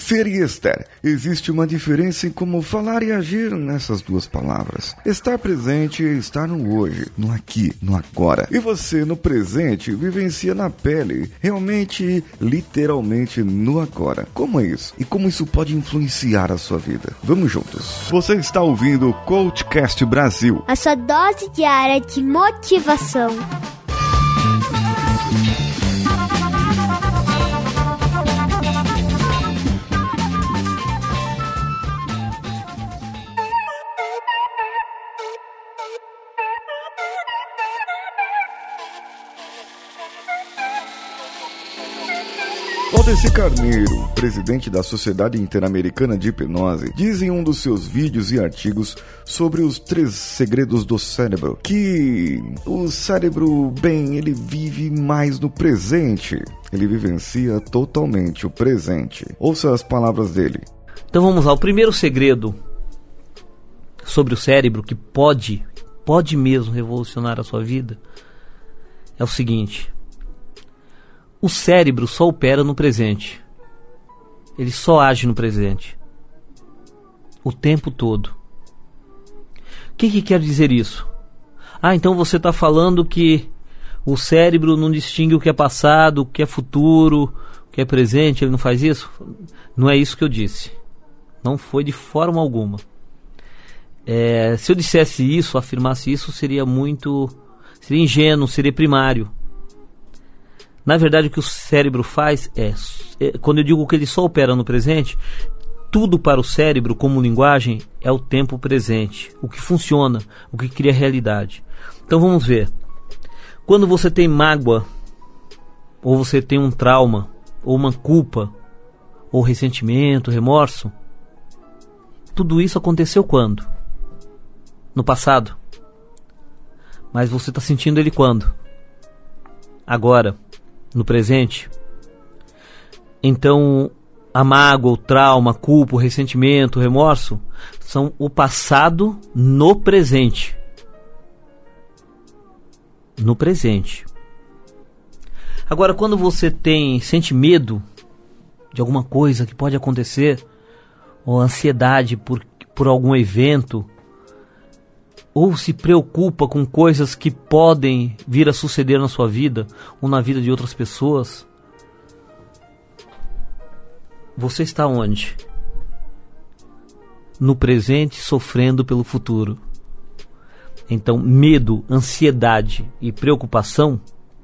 Ser e estar. Existe uma diferença em como falar e agir nessas duas palavras. Estar presente é estar no hoje, no aqui, no agora. E você, no presente, vivencia na pele, realmente, literalmente, no agora. Como é isso? E como isso pode influenciar a sua vida? Vamos juntos. Você está ouvindo o Coachcast Brasil. A sua dose diária de motivação. Valdeci Carneiro, presidente da Sociedade Interamericana de Hipnose, diz em um dos seus vídeos e artigos sobre os 3 segredos do cérebro, que o cérebro, bem, ele vive mais no presente. Ele vivencia totalmente o presente. Ouça as palavras dele. Então vamos lá, o primeiro segredo sobre o cérebro que pode mesmo revolucionar a sua vida é o seguinte: o cérebro só opera no presente. Ele só age no presente. O tempo todo. O que quer dizer isso? Então você está falando que o cérebro não distingue o que é passado, o que é futuro, o que é presente, ele não faz isso? Não é isso que eu disse. Não foi de forma alguma. Se eu dissesse isso, afirmasse isso, seria ingênuo, seria primário. Na verdade, o que o cérebro faz quando eu digo que ele só opera no presente, tudo para o cérebro, como linguagem, é o tempo presente, o que funciona, o que cria realidade. Então vamos ver. Quando você tem mágoa, ou você tem um trauma, ou uma culpa, ou ressentimento, remorso, tudo isso aconteceu quando? No passado. Mas você está sentindo ele quando? Agora. No presente. Então, a mágoa, o trauma, a culpa, o ressentimento, o remorso são o passado no presente. No presente. Agora, quando você sente medo de alguma coisa que pode acontecer, ou ansiedade por algum evento, ou se preocupa com coisas que podem vir a suceder na sua vida ou na vida de outras pessoas, você está onde? No presente, sofrendo pelo futuro. Então, medo, ansiedade e preocupação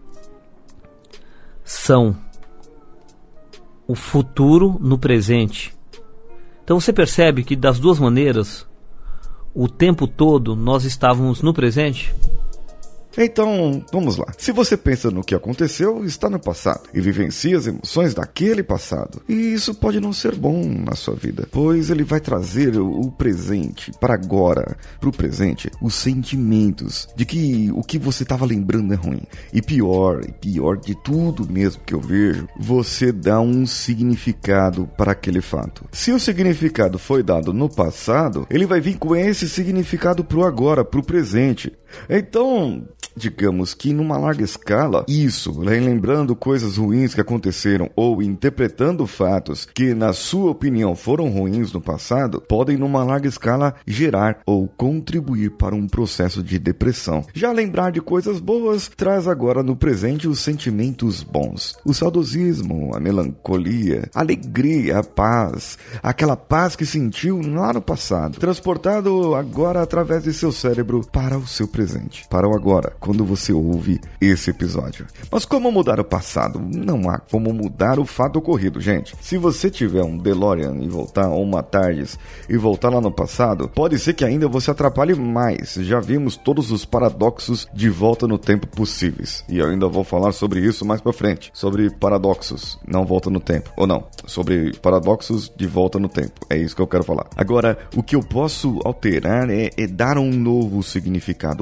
são o futuro no presente. Então você percebe que das duas maneiras, o tempo todo nós estávamos no presente? Então, vamos lá. Se você pensa no que aconteceu, está no passado e vivencia as emoções daquele passado. E isso pode não ser bom na sua vida, pois ele vai trazer o presente para agora, para o presente, os sentimentos de que o que você estava lembrando é ruim. E pior de tudo mesmo que eu vejo, você dá um significado para aquele fato. Se o significado foi dado no passado, ele vai vir com esse significado pro agora, pro presente. Então, digamos que numa larga escala, isso, lembrando coisas ruins que aconteceram ou interpretando fatos que, na sua opinião, foram ruins no passado, podem numa larga escala gerar ou contribuir para um processo de depressão. Já lembrar de coisas boas traz agora no presente os sentimentos bons. O saudosismo, a melancolia, a alegria, a paz, aquela paz que sentiu lá no passado, transportado agora através de seu cérebro para o seu presente, para o agora, quando você ouve esse episódio. Mas como mudar o passado? Não há como mudar o fato ocorrido, gente. Se você tiver um DeLorean e voltar, ou uma TARDIS e voltar lá no passado, pode ser que ainda você atrapalhe mais. Já vimos todos os paradoxos de volta no tempo possíveis. E eu ainda vou falar sobre isso mais pra frente. Sobre paradoxos, não volta no tempo. Ou não, sobre paradoxos de volta no tempo. É isso que eu quero falar. Agora, o que eu posso alterar é dar um novo significado.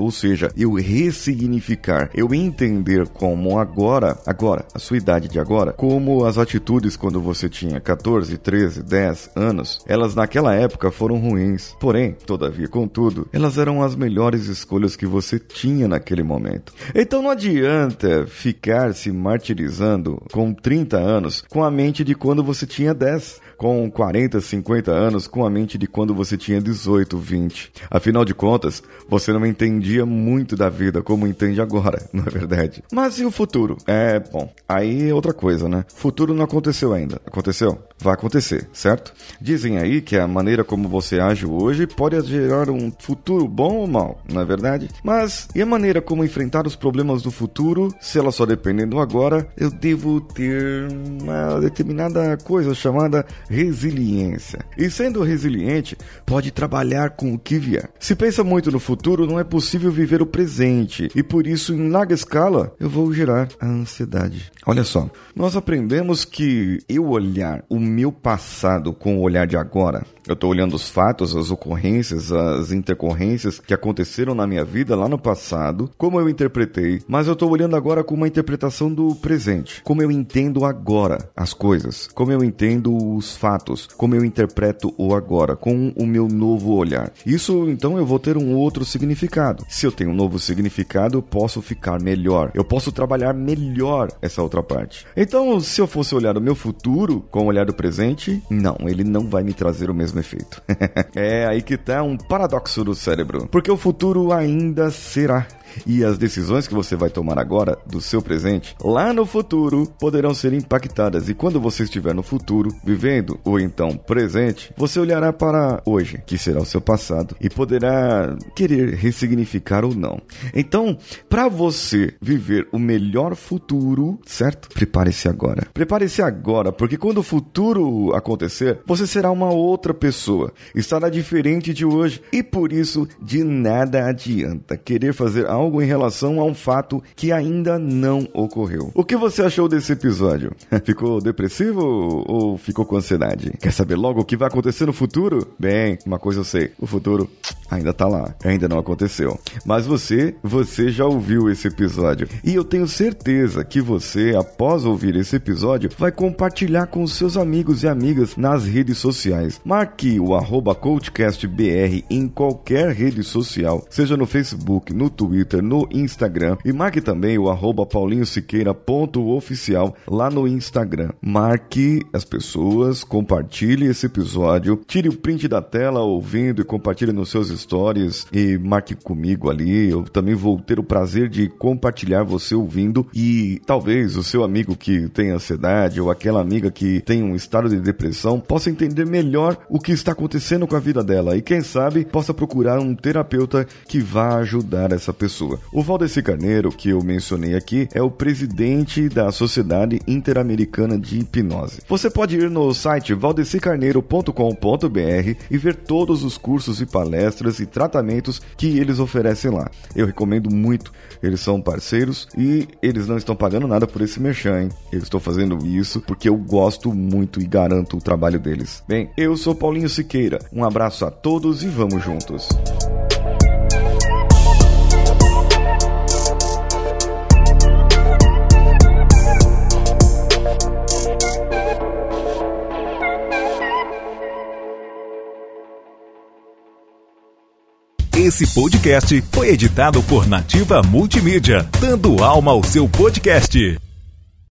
ou seja, eu ressignificar, eu entender como agora, a sua idade de agora, como as atitudes quando você tinha 14, 13, 10 anos, elas naquela época foram ruins. Porém, todavia, contudo, elas eram as melhores escolhas que você tinha naquele momento. Então não adianta ficar se martirizando com 30 anos com a mente de quando você tinha 10, com 40, 50 anos com a mente de quando você tinha 18, 20. Afinal de contas, você não entendia muito da vida como entende agora, não é verdade? Mas e o futuro? Bom, aí é outra coisa, né? Futuro não aconteceu ainda. Aconteceu? Vai acontecer, certo? Dizem aí que a maneira como você age hoje pode gerar um futuro bom ou mal, não é verdade? Mas e a maneira como enfrentar os problemas do futuro, se ela só dependem do agora, eu devo ter uma determinada coisa chamada resiliência. E sendo resiliente, pode trabalhar com o que vier. Se pensa muito no futuro, não é possível viver o presente. E por isso, em larga escala, eu vou gerar a ansiedade. Olha só, nós aprendemos que eu olhar o meu passado com o olhar de agora, eu estou olhando os fatos, as ocorrências, as intercorrências que aconteceram na minha vida lá no passado, como eu interpretei, mas eu estou olhando agora com uma interpretação do presente, como eu entendo agora as coisas, como eu entendo os fatos, como eu interpreto o agora, com o meu novo olhar. Isso, então, eu vou ter um outro significado. Se eu tenho um novo significado, eu posso ficar melhor, eu posso trabalhar melhor essa outra parte. Então, se eu fosse olhar o meu futuro com o olhar do presente, não, ele não vai me trazer o mesmo efeito. É aí que tá um paradoxo do cérebro, porque o futuro ainda será. E as decisões que você vai tomar agora do seu presente, lá no futuro, poderão ser impactadas. E quando você estiver no futuro, vivendo o então presente, você olhará para hoje, que será o seu passado, e poderá querer ressignificar ou não. Então, para você viver o melhor futuro, certo? Prepare-se agora. Prepare-se agora, porque quando o futuro acontecer, você será uma outra pessoa. Estará diferente de hoje. E por isso, de nada adianta querer fazer algo em relação a um fato que ainda não ocorreu. O que você achou desse episódio? Ficou depressivo ou ficou com ansiedade? Quer saber logo o que vai acontecer no futuro? Bem, uma coisa eu sei, o futuro ainda tá lá, ainda não aconteceu. Mas você já ouviu esse episódio. E eu tenho certeza que você, após ouvir esse episódio, vai compartilhar com os seus amigos e amigas nas redes sociais. Marque o @coachcastbr em qualquer rede social, seja no Facebook, no Twitter, no Instagram, e marque também o @paulinhosiqueira.oficial lá no Instagram. Marque as pessoas, compartilhe esse episódio, tire o print da tela ouvindo e compartilhe nos seus stories e marque comigo ali. Eu também vou ter o prazer de compartilhar você ouvindo, e talvez o seu amigo que tem ansiedade ou aquela amiga que tem um estado de depressão possa entender melhor o que está acontecendo com a vida dela e quem sabe possa procurar um terapeuta que vá ajudar essa pessoa. O Valdeci Carneiro, que eu mencionei aqui, é o presidente da Sociedade Interamericana de Hipnose. Você pode ir no site valdecicarneiro.com.br e ver todos os cursos e palestras e tratamentos que eles oferecem lá. Eu recomendo muito. Eles são parceiros e eles não estão pagando nada por esse merchan, hein? Eu estou fazendo isso porque eu gosto muito e garanto o trabalho deles. Bem, eu sou Paulinho Siqueira. Um abraço a todos e vamos juntos. Esse podcast foi editado por Nativa Multimídia, dando alma ao seu podcast.